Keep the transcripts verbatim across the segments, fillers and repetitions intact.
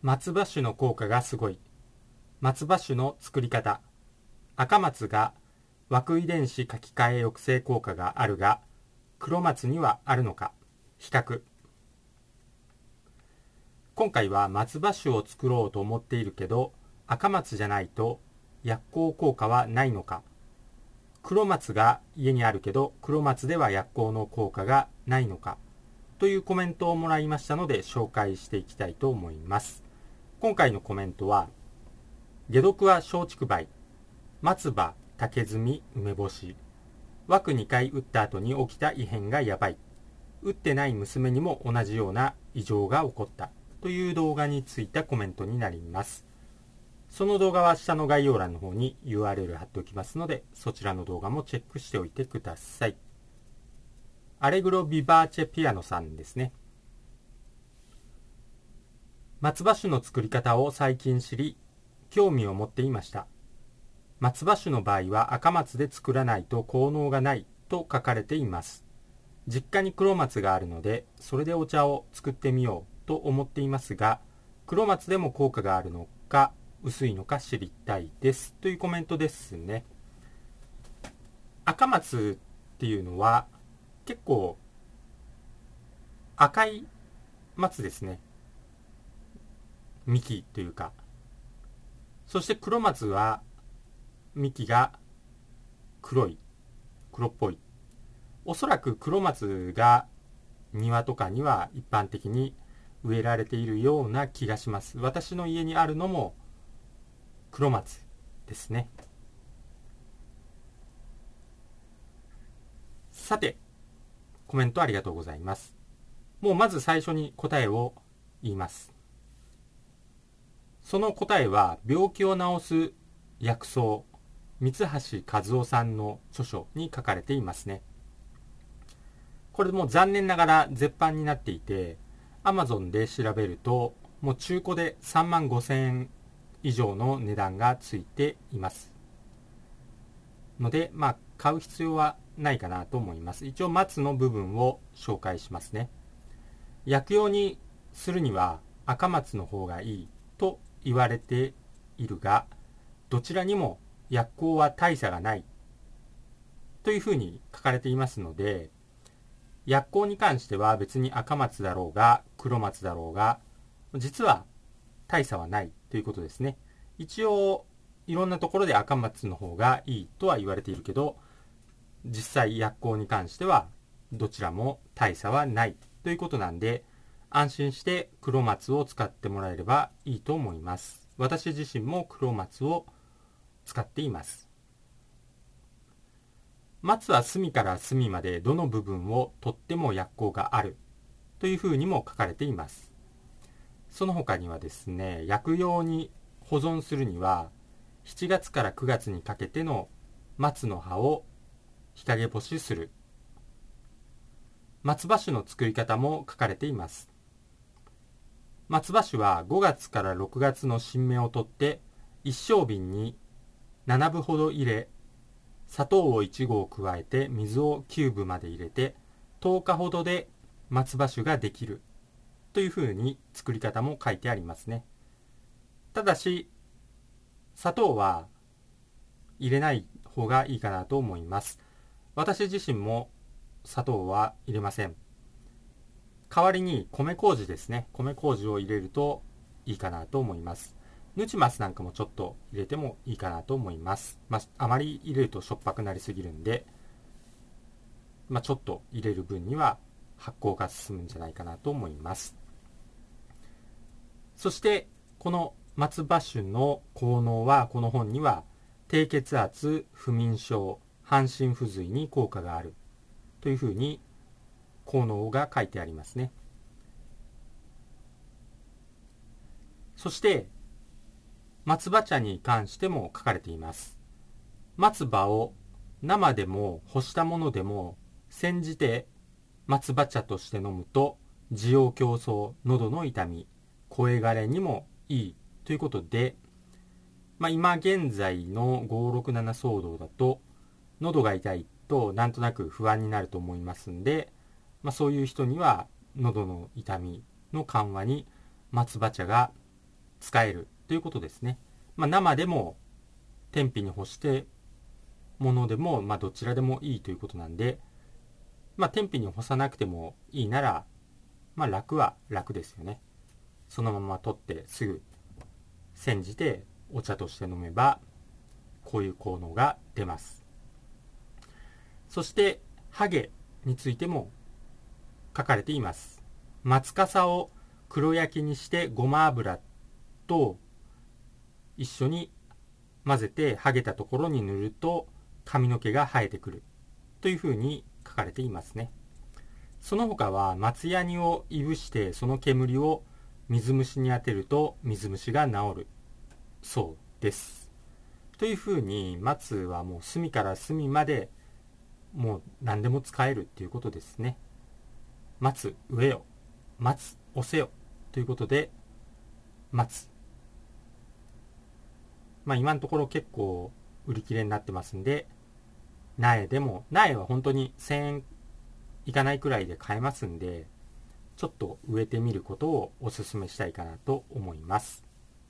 松葉酒の効果がすごい。松葉酒の作り方。赤松が枠遺伝子書き換え抑制効果があるが、黒松にはあるのか。比較。今回は松葉酒を作ろうと思っているけど、赤松じゃないと薬効効果はないのか。黒松が家にあるけど、黒松では薬効の効果がないのか。というコメントをもらいましたので紹介していきたいと思います。今回のコメントは、解毒は松竹梅、松葉、竹炭、梅干し。枠にかい打った後に起きた異変がやばい。打ってない娘にも同じような異常が起こった。という動画についたコメントになります。その動画は下の概要欄の方に ユーアールエル 貼っておきますので、そちらの動画もチェックしておいてください。アレグロビバーチェピアノさんですね。松葉酒の作り方を最近知り、興味を持っていました。松葉酒の場合は赤松で作らないと効能がないと書かれています。実家に黒松があるので、それでお茶を作ってみようと思っていますが、黒松でも効果があるのか、薄いのか知りたいです。というコメントですね。赤松っていうのは、結構赤い松ですね。幹というか。そして黒松は幹が黒い、黒っぽい。おそらく黒松が庭とかには一般的に植えられているような気がします。私の家にあるのも黒松ですね。さて、コメントありがとうございます。もうまず最初に答えを言います。その答えは病気を治す薬草、三橋和夫さんの著書に書かれていますね。これも残念ながら絶版になっていて、Amazon で調べるともう中古でさんまんごせんえん以上の値段がついていますので、まあ買う必要はないかなと思います。一応松の部分を紹介しますね。薬用にするには赤松の方がいいと言われているが、どちらにも薬効は大差がないというふうに書かれていますので、薬効に関しては別に赤松だろうが黒松だろうが実は大差はないということですね。一応いろんなところで赤松の方がいいとは言われているけど、実際薬効に関してはどちらも大差はないということなんで、安心して黒松を使ってもらえればいいと思います。私自身も黒松を使っています。松は隅から隅までどの部分を取っても薬効があるというふうにも書かれています。その他にはですね、薬用に保存するにはしちがつからくがつにかけての松の葉を日陰干しする。松葉酒の作り方も書かれています。松葉酒はごがつからろくがつの新芽を取って一升瓶にななぶほど入れ、砂糖をいちごう加えて水をきゅうぶまで入れてとおかほどで松葉酒ができるというふうに作り方も書いてありますね。ただし砂糖は入れない方がいいかなと思います。私自身も砂糖は入れません。代わりに米麹ですね。米麹を入れるといいかなと思います。ヌチマスなんかもちょっと入れてもいいかなと思います。まあ、あまり入れるとしょっぱくなりすぎるんで、まあ、ちょっと入れる分には発酵が進むんじゃないかなと思います。そしてこの松葉酒の効能は、この本には低血圧、不眠症、半身不随に効果があるというふうに効能が書いてありますね。そして松葉茶に関しても書かれています。松葉を生でも干したものでも煎じて松葉茶として飲むと滋養強壮、喉の痛み、声枯れにもいいということで、まあ、今現在のごろくなな騒動だと喉が痛いとなんとなく不安になると思いますんで、まあ、そういう人には喉の痛みの緩和に松葉茶が使えるということですね。まあ、生でも天日に干してものでも、まあ、どちらでもいいということなんで、まあ、天日に干さなくてもいいなら、まあ、楽は楽ですよね。そのまま取ってすぐ煎じてお茶として飲めばこういう効能が出ます。そしてハゲについても書かれています。松笠を黒焼きにしてごま油と一緒に混ぜてハゲたところに塗ると髪の毛が生えてくるというふうに書かれていますね。その他は松ヤニをいぶしてその煙を水虫に当てると水虫が治るそうです。というふうに松はもう隅から隅までもう何でも使えるっていうことですね。松植えよ、松押せよということで松、まあ今のところ結構売り切れになってますんで、苗でも苗は本当にせんえんいかないくらいで買えますんで、ちょっと植えてみることをお勧めしたいかなと思います。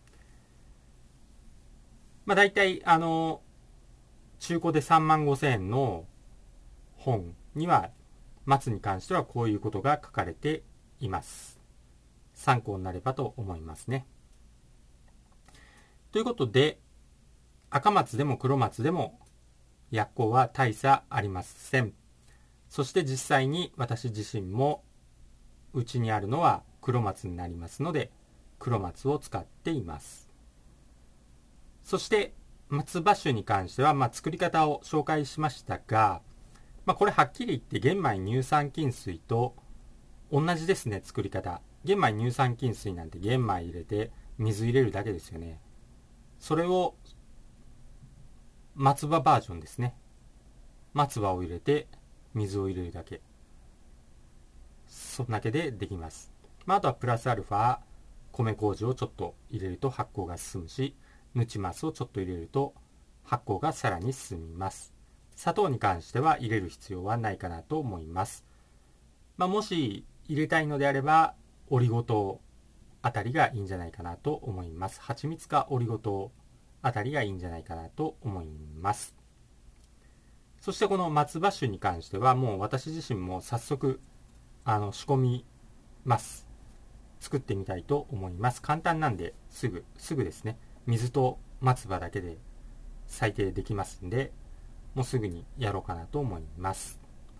まあ大体あの中古でさんまんごせんえんの本には松に関してはこういうことが書かれています。参考になればと思いますね。ということで赤松でも黒松でも薬効は大差ありません。そして実際に私自身もうちにあるのは黒松になりますので黒松を使っています。そして松葉酒に関しては、まあ、作り方を紹介しましたが、まあ、これはっきり言って玄米乳酸菌水と同じですね。作り方、玄米乳酸菌水なんて玄米入れて水入れるだけですよね。それを松葉バージョンですね。松葉を入れて水を入れるだけ、そんだけでできます。まあ、あとはプラスアルファ米麹をちょっと入れると発酵が進むし、ヌチマスをちょっと入れると発酵がさらに進みます。砂糖に関しては入れる必要はないかなと思います。まあ、もし入れたいのであればオリゴ糖あたりがいいんじゃないかなと思います。蜂蜜かオリゴ糖あたりがいいんじゃないかなと思います。そしてこの松葉酒に関してはもう私自身も早速あの仕込みます。作ってみたいと思います。簡単なんですぐすぐですね。水と松葉だけで最低できますんで、もうすぐにやろうかなと思います。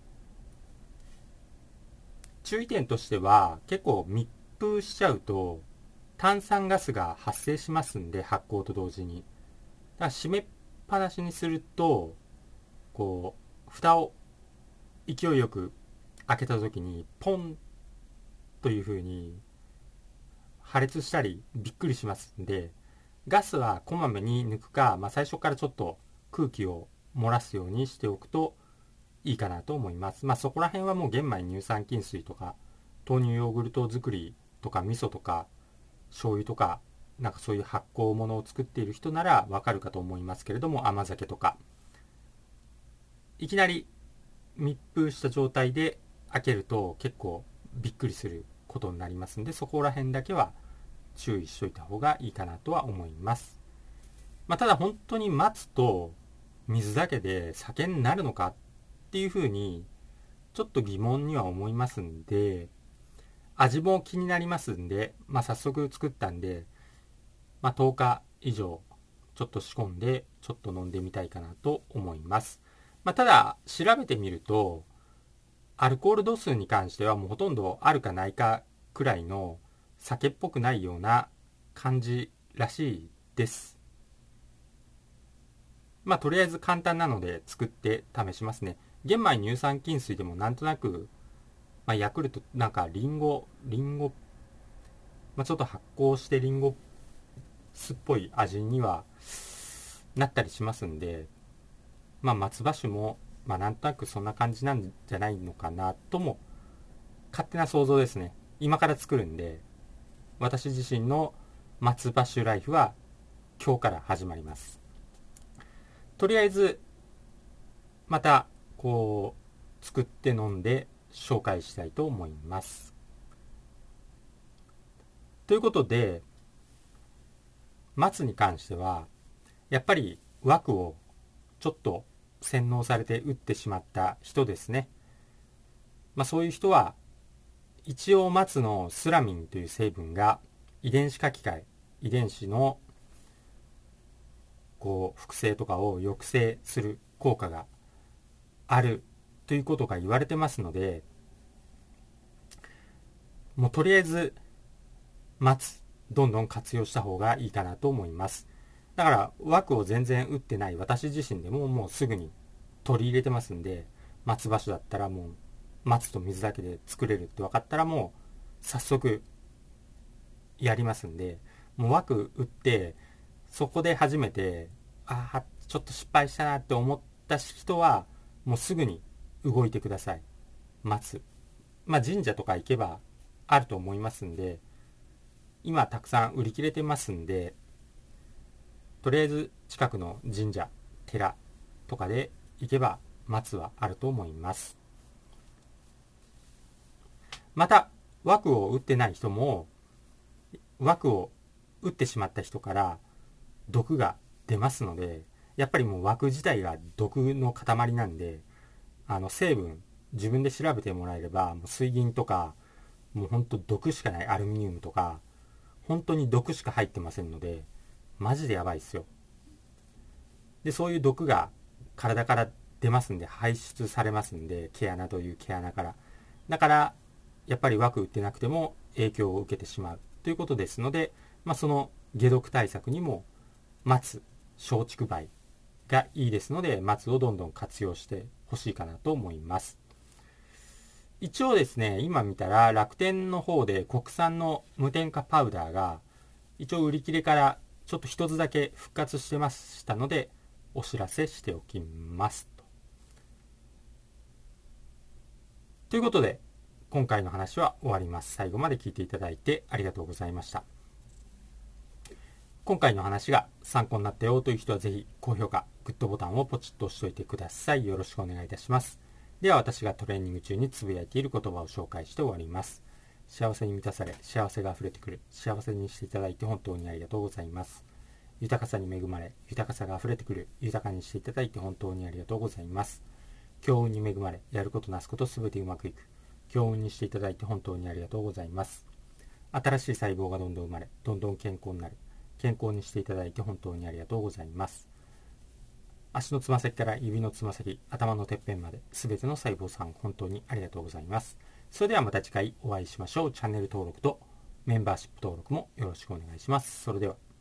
注意点としては結構密封しちゃうと炭酸ガスが発生しますんで、発酵と同時にだから閉めっぱなしにするとこう蓋を勢いよく開けた時にポンという風に破裂したりびっくりしますんで、ガスはこまめに抜くか、まあ、最初からちょっと空気を漏らすようにしておくといいかなと思います。まあそこら辺はもう玄米乳酸菌水とか豆乳ヨーグルト作りとか味噌とか醤油とかなんかそういう発酵物を作っている人ならわかるかと思いますけれども、甘酒とかいきなり密封した状態で開けると結構びっくりすることになりますんで、そこら辺だけは注意しといた方がいいかなとは思います。まあ、ただ本当に待つと水だけで酒になるのかっていうふうにちょっと疑問には思いますんで、味も気になりますんで、まあ、早速作ったんで、まあ、とおか以上ちょっと仕込んでちょっと飲んでみたいかなと思います。まあ、ただ調べてみるとアルコール度数に関してはもうほとんどあるかないかくらいの酒っぽくないような感じらしいです。まあとりあえず簡単なので作って試しますね。玄米乳酸菌水でもなんとなく、まあ、ヤクルトなんかリンゴリンゴ、まあ、ちょっと発酵してリンゴ酢っぽい味にはなったりしますんで、まあ松葉酒もまあなんとなくそんな感じなんじゃないのかなとも勝手な想像ですね。今から作るんで、私自身の松葉酒ライフは今日から始まります。とりあえずまたこう作って飲んで紹介したいと思います。ということで松に関してはやっぱり枠をちょっと洗脳されて打ってしまった人ですね。まあ、そういう人は一応松のスラミンという成分が遺伝子書き換え、遺伝子のこう複製とかを抑制する効果があるということが言われてますので、もうとりあえず松どんどん活用した方がいいかなと思います。だから枠を全然打ってない私自身でももうすぐに取り入れてますんで、松葉酒だったらもう松と水だけで作れるって分かったらもう早速やりますんで、もう枠打ってそこで初めてああちょっと失敗したなって思った人はもうすぐに動いてください。松、まあ神社とか行けばあると思いますんで、今たくさん売り切れてますんで、とりあえず近くの神社寺とかで行けば松はあると思います。また枠を打ってない人も枠を打ってしまった人から毒が出ますので、やっぱりもう枠自体が毒の塊なんで、あの成分自分で調べてもらえればもう水銀とかもうほんと毒しかないアルミニウムとか本当に毒しか入ってませんので、マジでやばいっすよ。でそういう毒が体から出ますんで、排出されますんで、毛穴という毛穴から、だからやっぱり枠打ってなくても影響を受けてしまうということですので、まあ、その解毒対策にも松松竹梅がいいですので、松をどんどん活用してほしいかなと思います。一応ですね、今見たら楽天の方で国産の無添加パウダーが一応売り切れからちょっと一つだけ復活してましたのでお知らせしておきますと。ということで今回の話は終わります。最後まで聞いていただいてありがとうございました。今回の話が参考になったよという人はぜひ高評価、グッドボタンをポチッと押しておいてください。よろしくお願いいたします。では私がトレーニング中につぶやいている言葉を紹介して終わります。幸せに満たされ、幸せが溢れてくる。幸せにしていただいて本当にありがとうございます。豊かさに恵まれ、豊かさが溢れてくる。豊かにしていただいて本当にありがとうございます。強運に恵まれ、やることなすことすべてうまくいく。強運にしていただいて本当にありがとうございます。新しい細胞がどんどん生まれ、どんどん健康になる。健康にしていただいて本当にありがとうございます。足のつま先から指のつま先、頭のてっぺんまで、すべての細胞さん本当にありがとうございます。それではまた次回お会いしましょう。チャンネル登録とメンバーシップ登録もよろしくお願いします。それでは。